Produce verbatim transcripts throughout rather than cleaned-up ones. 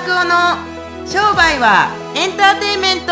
拓夫の商売はエンターテインメント。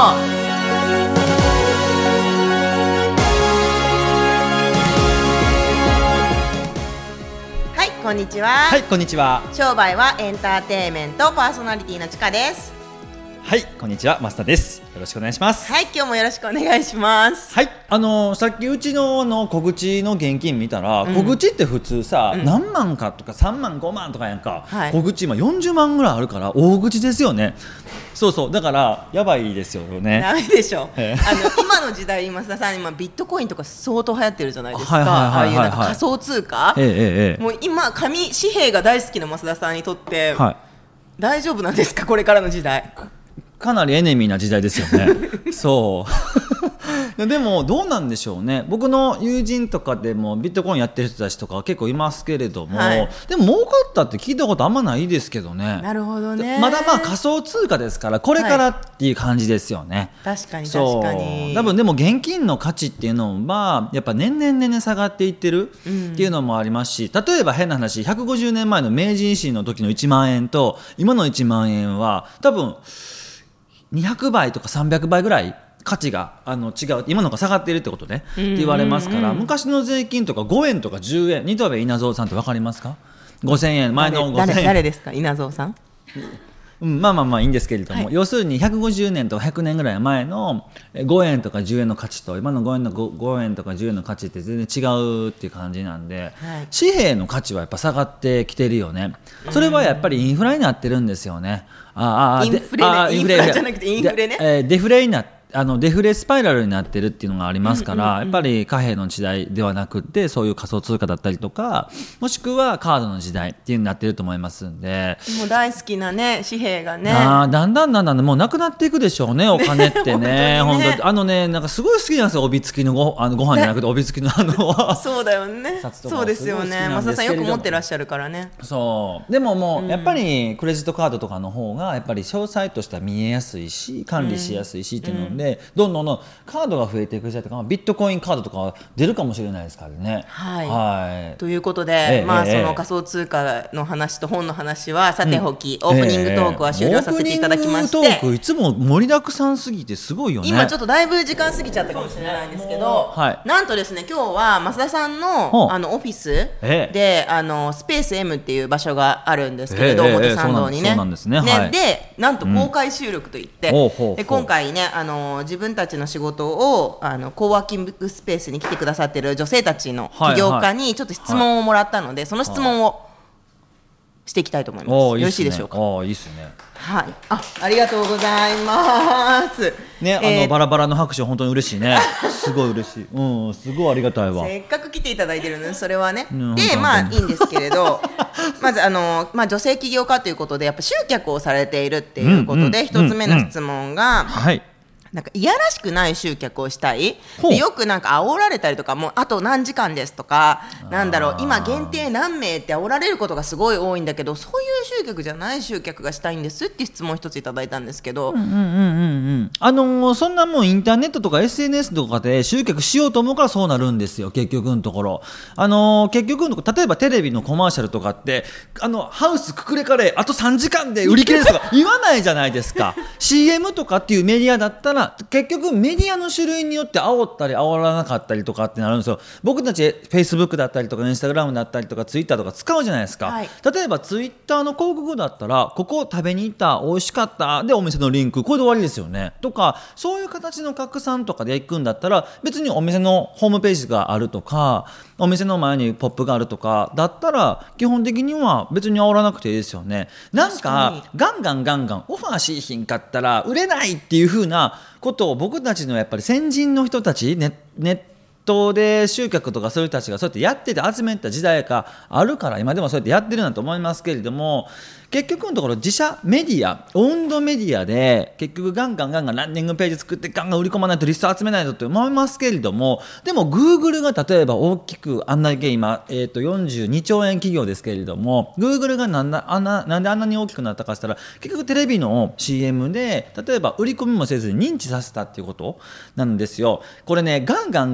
はい、こんにちは。 はい、こんにちは。 商売はエンターテインメントパーソナリティのちかです。 はい、こんにちは、増田です。よろしくお願いします。 はい、今日もよろしくお願いします。 はい、あのー、さっきうち の, の小口の現金見たら、うん、小口って普通さ、うん、何万かとかさんまんごまんとかやんか、はい、小口今よんじゅうまんぐらいあるから大口ですよね。そうそう、だからやばいですよね。 ダメでしょ、えー、あの今の時代増田さん今ビットコインとか相当流行ってるじゃないですか。ああいうなんか仮想通貨、えーえー、もう今紙紙幣が大好きな増田さんにとって、はい、大丈夫なんですか、これからの時代。 かなりエネミーな時代ですよね。そうでもどうなんでしょうね。僕の友人とかでもビットコインやってる人たちとか結構いますけれども、はい、でも儲かったって聞いたことあんまないですけどね。 なるほどね。 まだまあ仮想通貨ですからこれからっていう感じですよね、 はい、確かに確かに。 多分でも現金の価値っていうのはやっぱ年々年々下がっていってるっていうのもありますし、例えば変な話ひゃくごじゅうねんまえの明治維新の時のいちまんえんと今のいちまんえんは多分にひゃくばいとかさんびゃくばいぐらい価値があの違う、今のが下がっているってことね、うんうんうん、って言われますから、昔の税金とかごえんとかじゅうえん、新渡戸稲造さんって分かりますか。ごせんえん、前のごせんえん。 誰, 誰ですか、稲造さん。 うん、まあまあまあいいんですけれども、はい、要するにひゃくごじゅうねんとかひゃくねんぐらい前のごえんとかじゅうえんの価値と今のごえんの 5, ごえんとかじゅうえんの価値って全然違うっていう感じなんで、はい、紙幣の価値はやっぱ下がってきてるよね。それはやっぱりインフラになってるんですよね。ああ、 インフレね、インフラじゃなくてインフレね。 で、えー、デフレになってあのデフレスパイラルになってるっていうのがありますから、うんうんうん、やっぱり貨幣の時代ではなくてそういう仮想通貨だったりとかもしくはカードの時代っていうのになってると思いますんで、 もう大好きなね紙幣がね、 あだんだんだんだんもうなくなっていくでしょうね、お金ってね。本当にね、あのねなんかすごい好きなんですよ、帯付きの ご, あのご飯じゃなくて帯付きのあのそうだよね、そうですよね。増田さんよく持ってらっしゃるからね。 そうでももう、うん、やっぱりクレジットカードとかの方がやっぱり詳細としては見えやすいし管理しやすいしっていうので、うん、どんどんどんカードが増えていく時代とかビットコインカードとか出るかもしれないですからね。 はい、 はい、 ということで、ええまあ、その仮想通貨の話と本の話はさておき、うん、オープニングトークは終了させていただきまして、 オープニングトークいつも盛りだくさんすぎてすごいよね。 今ちょっとだいぶ時間過ぎちゃったかもしれないんですけど、はい、なんとですね今日は増田さん の, あのオフィスで、ええ、あのスペース M っていう場所があるんですけれど、ええ、表参道にね、でなんと公開収録といって、うん、で今回ねあの自分たちの仕事をあのコーワーキングスペースに来てくださってる女性たちの起業家にちょっと質問をもらったので、はいはい、その質問をしていきたいと思います。よろしいでしょうか。 あ、いいですね。 はい、あ、ありがとうございますね、あの、えー、バラバラの拍手本当に嬉しいね。すごい嬉しい、うん、すごいありがたいわ。 せっかく来ていただいてるのでそれはね、うん、でまあいいんですけれどまずあの、まあ、女性起業家ということでやっぱ集客をされているっていうことで一、うんうん、つ目の質問が、うんうん、はいなんかいやらしくない集客をしたいで、よくなんか煽られたりとか、もうあと何時間ですとか、なんだろう今限定何名って煽られることがすごい多いんだけど、そういう集客じゃない集客がしたいんですって質問を一ついただいたんですけど、うんうんうんうん、 あのー、そんなもうインターネットとか エスエヌエス とかで集客しようと思うからそうなるんですよ。結局のところ、あのー、結局のところ例えばテレビのコマーシャルとかってあのハウスくくれカレーあとさんじかんで売り切れるとか言わないじゃないですか。シーエム とかっていうメディアだったら結局メディアの種類によって煽ったり煽らなかったりとかってなるんですよ。僕たち Facebook だったりとか Instagram だったりとか Twitter とか使うじゃないですか、はい、例えば Twitter の広告だったらここ食べに行った美味しかったでお店のリンクこれで終わりですよねとか、そういう形の拡散とかで行くんだったら別にお店のホームページがあるとかお店の前にポップがあるとかだったら基本的には別に煽らなくていいですよね。なんかガンガンガンガンオファーしひんかったら売れないっていう風なことを僕たちのやっぱり先人の人たち ネ, ネットで集客とかそういう人たちがそうやってやってて集めた時代があるから今でもそうやってやってるんだと思いますけれども、結局のところ自社メディアオウンドメディアで結局ガンガンガンガンランディングページ作ってガンガン売り込まないとリスト集めないとって思いますけれども、でも Google が例えば大きくあんなに今、えー、とよんじゅうにちょうえん企業ですけれども Google がなんだあんななんであんなに大きくなったかしたら結局テレビの シーエム で例えば売り込みもせずに認知させたっていうことなんですよ。これねガンガンガンガンや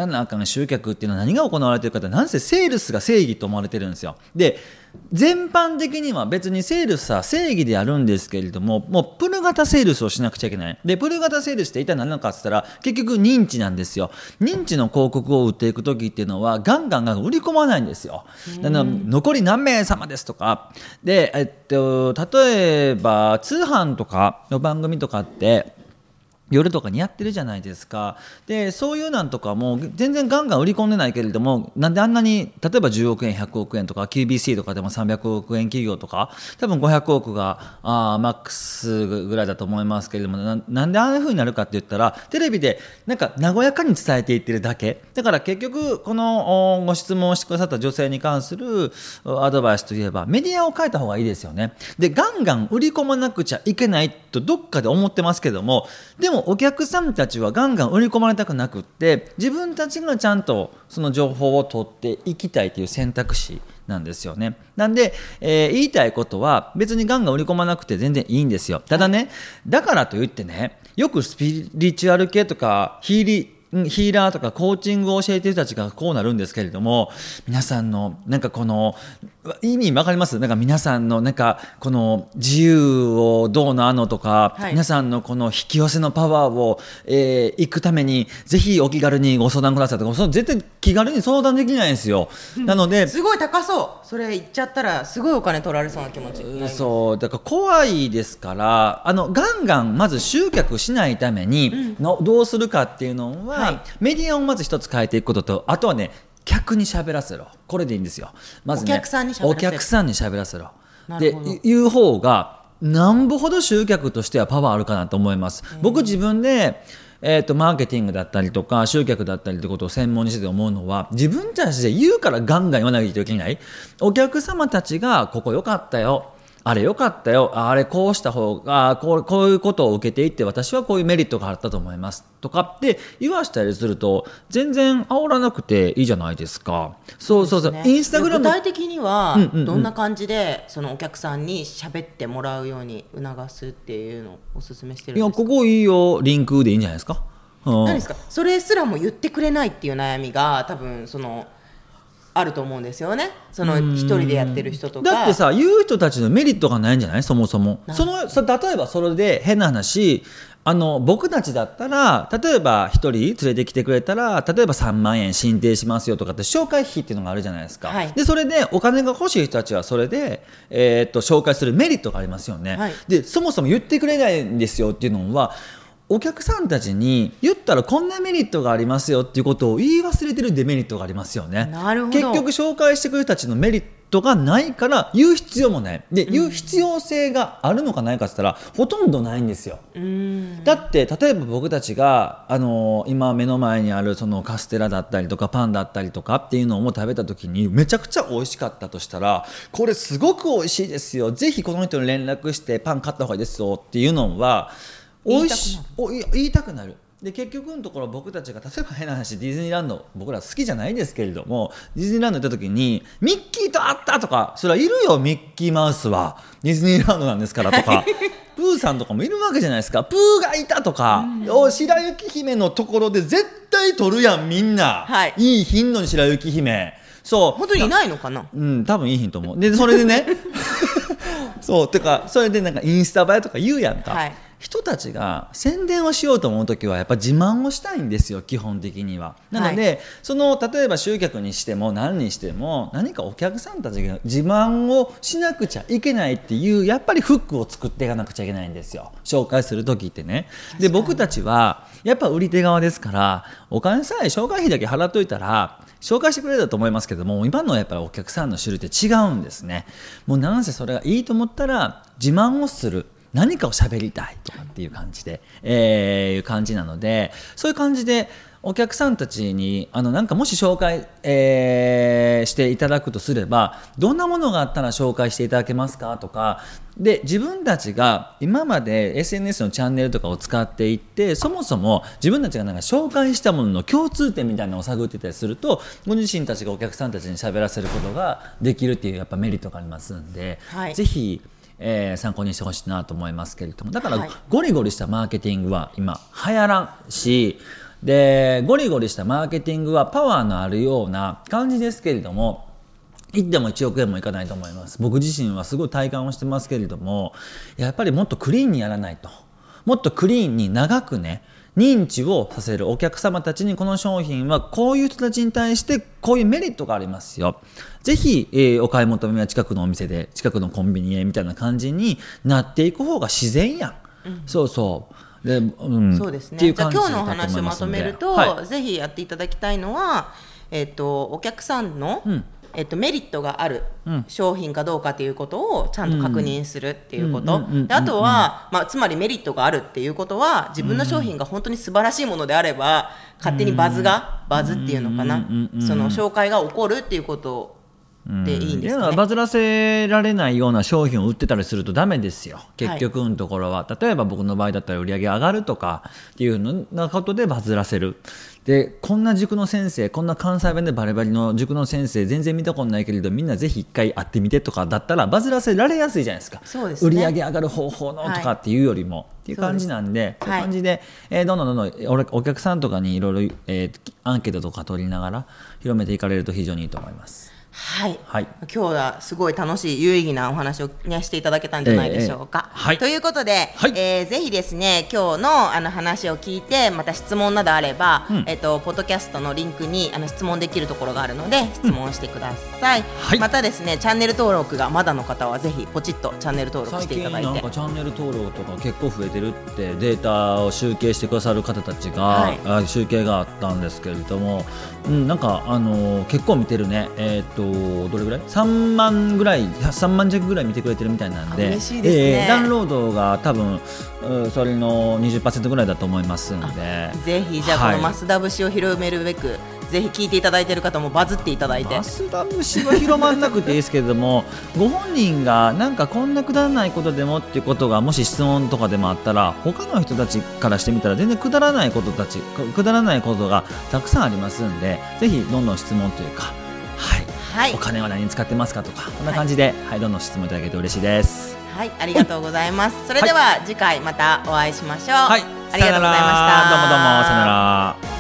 らなあかん集客っていうのは何が行われているかって、なんせセールスが正義と思われてるんですよ。で全般的には別にセールスは正義であるんですけれども、もうプル型セールスをしなくちゃいけない。でプル型セールスって一体何なのかって言ったら、結局認知なんですよ。認知の広告を売っていく時っていうのはガンガンガン売り込まないんですよ。だから残り何名様ですとかで、えっと、例えば通販とかの番組とかって夜とかにやってるじゃないですか。でそういうなんとかも全然ガンガン売り込んでないけれども、なんであんなに例えばじゅうおくえんひゃくおくえんとか キュービーシー とかでもさんびゃくおくえん企業とか多分ごひゃくおくがあマックスぐらいだと思いますけれども、 な, なんであんな風になるかって言ったら、テレビでなんか和やかに伝えていってるだけだから、結局このご質問してくださった女性に関するアドバイスといえば、メディアを変えた方がいいですよね。でガンガン売り込まなくちゃいけないとどっかで思ってますけども、でもお客さんたちはガンガン売り込まれたくなくって、自分たちがちゃんとその情報を取っていきたいという選択肢なんですよね。なんで、えー、言いたいことは別にガンガン売り込まなくて全然いいんですよ。ただね、だからといってね、よくスピリチュアル系とかヒーリーヒーラーとかコーチングを教えている人たちがこうなるんですけれども、皆さんのなんかこの意味わかります？なんか皆さんのなんかこの自由をどうのあのとか、はい、皆さんのこの引き寄せのパワーを、えー、行くためにぜひお気軽にご相談くださいとか、その絶対気軽に相談できないんですよ。なのですごい高そう。それ言っちゃったらすごいお金取られそうな気持ち。 そうだから怖いですから、あのガンガンまず集客しないためにの、うん、どうするかっていうのは、はい、メディアをまず一つ変えていくことと、あとはね、客に喋らせろ。これでいいんですよ。まずね、お客さんに喋らせろ。お客さんに喋らせろ。でいう方がなんぼほど集客としてはパワーあるかなと思います。僕自分でえーと、マーケティングだったりとか集客だったりってことを専門にしてて思うのは、自分たちで言うからガンガン言わなきゃいけない。お客様たちがここ良かったよ、あれ良かったよ、あれこうした方がこう、こういうことを受けていって私はこういうメリットがあったと思いますとかって言わしたりすると全然煽らなくていいじゃないですか。そうそうそう、インスタグラム具体的にはどんな感じでそのお客さんに喋ってもらうように促すっていうのをお勧めしてるんですか？ いや、ここいいよ、リンクでいいんじゃないですか。 何ですか？それすらも言ってくれないっていう悩みが多分そのあると思うんですよね。その一人でやってる人とかだってさ、言う人たちのメリットがないんじゃない？そもそもそのさ、例えばそれで変な話、あの僕たちだったら例えば一人連れてきてくれたら、例えばさんまんえん申請しますよとかって紹介費っていうのがあるじゃないですか、はい、でそれでお金が欲しい人たちはそれで、えー、っと紹介するメリットがありますよね、はい、でそもそも言ってくれないんですよっていうのは、お客さんたちに言ったらこんなメリットがありますよっていうことを言い忘れてるデメリットがありますよね。 なるほど。 結局紹介してくれる人たちのメリットがないから言う必要もない。で、言う必要性があるのかないかって言ったらほとんどないんですよ。うーん、だって例えば僕たちがあの今目の前にあるそのカステラだったりとかパンだったりとかっていうのを食べた時にめちゃくちゃ美味しかったとしたら、これすごく美味しいですよ、ぜひこの人に連絡してパン買った方がいいですよっていうのはおいしお言いたくなる。で結局のところ僕たちが例えば変な話、ディズニーランド僕ら好きじゃないですけれども、ディズニーランド行った時にミッキーと会ったとか、それはいるよ、ミッキーマウスはディズニーランドなんですからとかプーさんとかもいるわけじゃないですか。プーがいたとか、うん、お白雪姫のところで絶対撮るやんみんな、はい、いい品の白雪姫。そう本当にいないのかな。 うん、多分いい品と思う。でそれでねそうてかそれでなんかインスタ映えとか言うやんか、はい、人たちが宣伝をしようと思うときはやっぱ自慢をしたいんですよ、基本的には。なので、はい、その例えば集客にしても何にしても何かお客さんたちが自慢をしなくちゃいけないっていうやっぱりフックを作っていかなくちゃいけないんですよ、紹介するときってね。で僕たちはやっぱ売り手側ですから、お金さえ紹介費だけ払っといたら紹介してくれると思いますけども、今のやっぱりお客さんの種類って違うんですね。もうなんせそれがいいと思ったら自慢をする、何かを喋りたいとかっていう感じで、えー、いう感じなので、そういう感じでお客さんたちにあのなんかもし紹介、えー、していただくとすれば、どんなものがあったら紹介していただけますかとかで、自分たちが今まで エスエヌエス のチャンネルとかを使っていって、そもそも自分たちがなんか紹介したものの共通点みたいなのを探ってたりすると、ご自身たちがお客さんたちに喋らせることができるっていうやっぱメリットがありますんで、はい、ぜひえー、参考にしてほしいなと思いますけれども、だからゴリゴリしたマーケティングは今流行らんし、 でゴリゴリしたマーケティングはパワーのあるような感じですけれども、いってもいちおくえんもいかないと思います。僕自身はすごい体感をしてますけれども、やっぱりもっとクリーンにやらないと、もっとクリーンに長くね認知をさせる、お客様たちにこの商品はこういう人たちに対してこういうメリットがありますよ、ぜひ、えー、お買い求めは近くのお店で、近くのコンビニへみたいな感じになっていく方が自然やん、うん、そうそうで、うん、 そうですね。っていう感じだと思いますので、じゃあ今日のお話をまとめると、はい、ぜひやっていただきたいのは、えーと、お客さんの、うんえっと、メリットがある商品かどうかということをちゃんと確認するっていうこと、あとは、まあ、つまりメリットがあるっていうことは自分の商品が本当に素晴らしいものであれば勝手にバズがバズっていうのかな、その紹介が起こるっていうことでいいんですかね。 バズらせられないような商品を売ってたりするとダメですよ、結局のところは、はい、例えば僕の場合だったら売り上げ上がるとかっていうようなことでバズらせる。でこんな塾の先生、こんな関西弁でバリバリの塾の先生全然見たことないけれどみんなぜひ一回会ってみてとかだったらバズらせられやすいじゃないですか。 そうですね、 売り上げ上がる方法のとかっていうよりも、はい、っていう感じなんで、そういう感じで、えー、どんどんどんどんお客さんとかにいろいろアンケートとか取りながら広めていかれると非常にいいと思います。 はい、はい、今日はすごい楽しい有意義なお話を、ね、していただけたんじゃないでしょうか、えーはい、ということで、はいえー、ぜひですね今日のあの話を聞いてまた質問などあれば、うんえー、とポッドキャストのリンクにあの質問できるところがあるので質問してください、うんはい、またですねチャンネル登録がまだの方はぜひポチッとチャンネル登録していただいて、 最近なんかチャンネル登録とか結構増えてるってデータを集計してくださる方たちが、はい、集計があったんですけれども、うん、なんか、あのー、結構見てるね、えー、とどれぐらいさんまんぐらいさんまん弱ぐらい見てくれてるみたいなんで、 嬉しいですね、 えー、ダウンロードが多分それの にじゅっパーセント ぐらいだと思いますので、 ぜひじゃあこの増田節を広めるべく、はい、ぜひ聞いていただいている方もバズっていただいて、 増田節は広まんなくていいですけれどもご本人がなんかこんなくだらないことでもっていうことがもし質問とかでもあったら他の人たちからしてみたら全然くだらないことたちくだらないことがたくさんありますんで、ぜひどんどん質問というか、はいはい、お金は何に使ってますかとかこんな感じで、はいはい、どんどん質問いただけると嬉しいです。 はい、ありがとうございます。それでは次回またお会いしましょう。 はい、 ありがとうございました。 どうもどうも、さよなら。